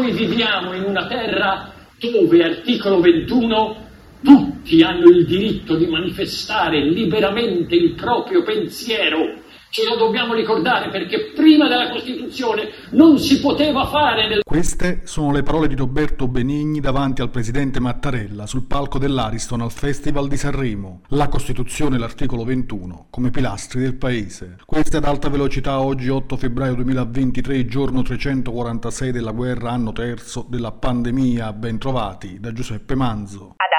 Noi viviamo in una terra dove, articolo 21, tutti hanno il diritto di manifestare liberamente il proprio pensiero. Ce lo dobbiamo ricordare, perché prima della Costituzione non si poteva fare. Queste sono le parole di Roberto Benigni davanti al presidente Mattarella sul palco dell'Ariston al Festival di Sanremo. La Costituzione e l'articolo 21 come pilastri del paese. Questa è ad alta velocità, oggi 8 febbraio 2023, giorno 346 della guerra, anno terzo della pandemia. Ben trovati da Giuseppe Manzo. Ad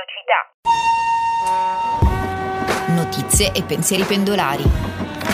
alta velocità. Notizie e pensieri pendolari.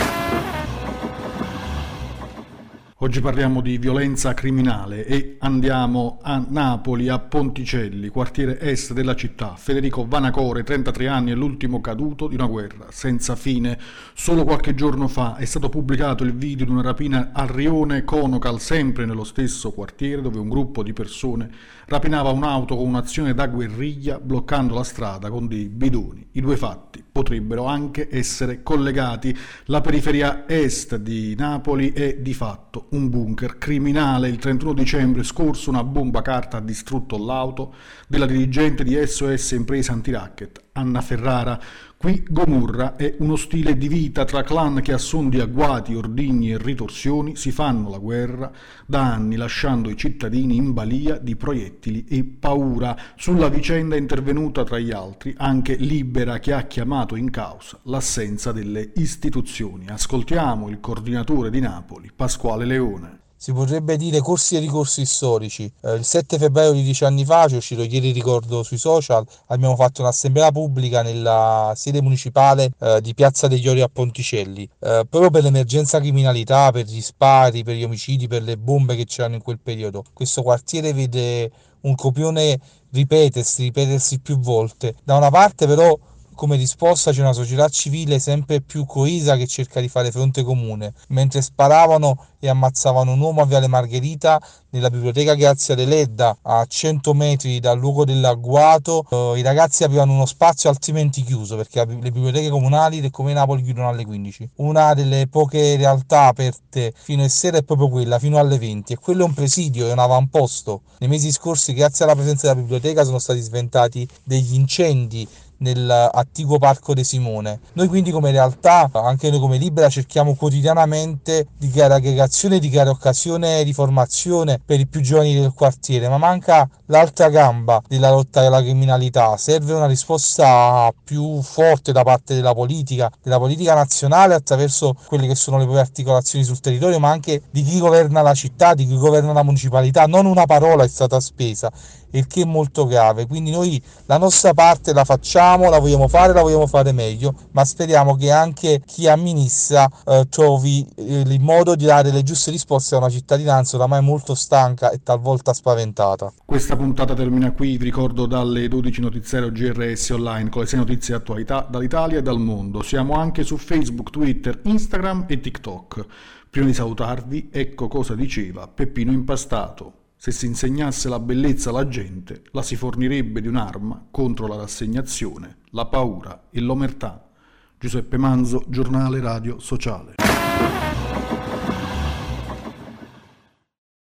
Oggi parliamo di violenza criminale e andiamo a Napoli, a Ponticelli, quartiere est della città. Federico Vanacore, 33 anni, è l'ultimo caduto di una guerra senza fine. Solo qualche giorno fa è stato pubblicato il video di una rapina al rione Conocal, sempre nello stesso quartiere, dove un gruppo di persone rapinava un'auto con un'azione da guerriglia, bloccando la strada con dei bidoni. I due fatti potrebbero anche essere collegati. La periferia est di Napoli è di fatto un bunker criminale. Il 31 dicembre scorso una bomba carta ha distrutto l'auto della dirigente di SOS Imprese Antiracket, Anna Ferrara. Qui Gomorra è uno stile di vita tra clan che a suon di agguati, ordigni e ritorsioni si fanno la guerra da anni, lasciando i cittadini in balia di proiettili e paura. Sulla vicenda è intervenuta tra gli altri anche Libera, che ha chiamato in causa l'assenza delle istituzioni. Ascoltiamo il coordinatore di Napoli, Pasquale Leone. Si potrebbe dire corsi e ricorsi storici. Il 7 febbraio di 10 anni fa, ci è uscito ieri, ricordo sui social, abbiamo fatto un'assemblea pubblica nella sede municipale di Piazza degli Ori a Ponticelli, proprio per l'emergenza criminalità, per gli spari, per gli omicidi, per le bombe che c'erano in quel periodo. Questo quartiere vede un copione ripetersi più volte. Da una parte però, come risposta, c'è una società civile sempre più coesa che cerca di fare fronte comune. Mentre sparavano e ammazzavano un uomo a Viale Margherita, nella biblioteca Grazia Deledda, a 100 metri dal luogo dell'agguato, i ragazzi avevano uno spazio altrimenti chiuso, perché le biblioteche comunali del Comune Napoli chiudono alle 15. Una delle poche realtà aperte fino a sera è proprio quella, fino alle 20, e quello è un presidio, è un avamposto. Nei mesi scorsi, grazie alla presenza della biblioteca, sono stati sventati degli incendi nell'attico Parco De Simone. Noi quindi come realtà, anche noi come Libera, cerchiamo quotidianamente di creare aggregazione, di creare occasione di formazione per i più giovani del quartiere, ma manca l'altra gamba della lotta alla criminalità. Serve una risposta più forte da parte della politica nazionale, attraverso quelle che sono le proprie articolazioni sul territorio, ma anche di chi governa la città, di chi governa la municipalità. Non una parola è stata spesa, il che è molto grave. Quindi noi la nostra parte la facciamo, la vogliamo fare meglio, ma speriamo che anche chi amministra trovi il modo di dare le giuste risposte a una cittadinanza oramai molto stanca e talvolta spaventata. Questa puntata termina qui. Vi ricordo dalle 12 notiziario GRS online con le 6 notizie e attualità dall'Italia e dal mondo. Siamo anche su Facebook, Twitter, Instagram e TikTok. Prima di salutarvi, ecco cosa diceva Peppino Impastato: se si insegnasse la bellezza alla gente, la si fornirebbe di un'arma contro la rassegnazione, la paura e l'omertà. Giuseppe Manzo, Giornale Radio Sociale.